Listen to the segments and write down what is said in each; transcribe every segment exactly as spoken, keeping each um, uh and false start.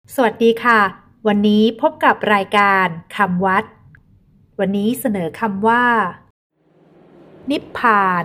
สวัสดีค่ะวันนี้พบกับรายการคำวัดวันนี้เสนอคำว่านิพพาน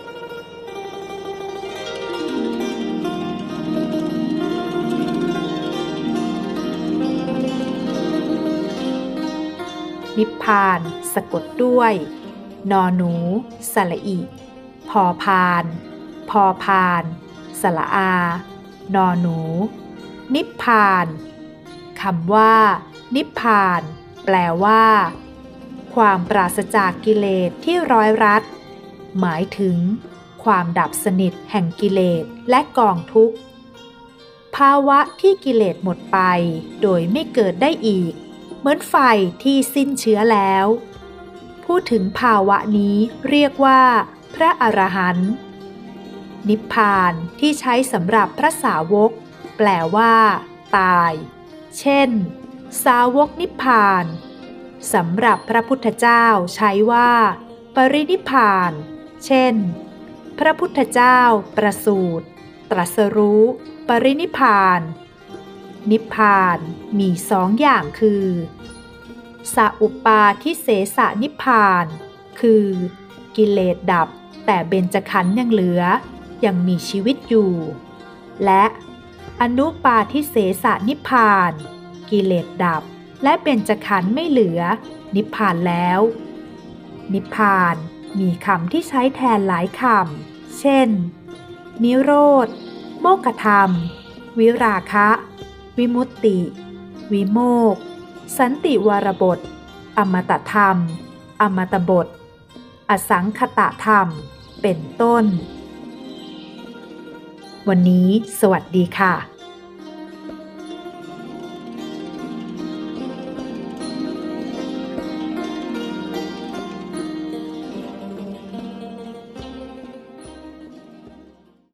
นิพพานสะกดด้วยนอหนูสระอิพอพานพอพานสระอานอหนูนิพพานคำว่านิพพานแปลว่าความปราศจากกิเลสที่ร้อยรัดหมายถึงความดับสนิทแห่งกิเลสและกองทุกข์ภาวะที่กิเลสหมดไปโดยไม่เกิดได้อีกเหมือนไฟที่สิ้นเชื้อแล้วพูดถึงภาวะนี้เรียกว่าพระอรหันต์นิพพานที่ใช้สำหรับพระสาวกแปลว่าตายเช่นสาวกนิพพานสำหรับพระพุทธเจ้าใช้ว่าปรินิพพานเช่นพระพุทธเจ้าประสูติตรัสรู้ปรินิพพานนิพพานมีสองอย่างคือสัอุปาทิเสสนิพพานคือกิเลสดับแต่เบญจขันธ์ยังเหลือยังมีชีวิตอยู่และอนุปาทิเสสนิพพานกิเลสดับและเบญจขันธ์ไม่เหลือนิพพานแล้วนิพพานมีคำที่ใช้แทนหลายคำเช่นนิโรธโมกขธรรมวิราคะวิมุตติวิโมกข์สันติวรบทอมตะธรรมอมตะบทอสังคตธรรมเป็นต้นวันนี้สวัสดีค่ะ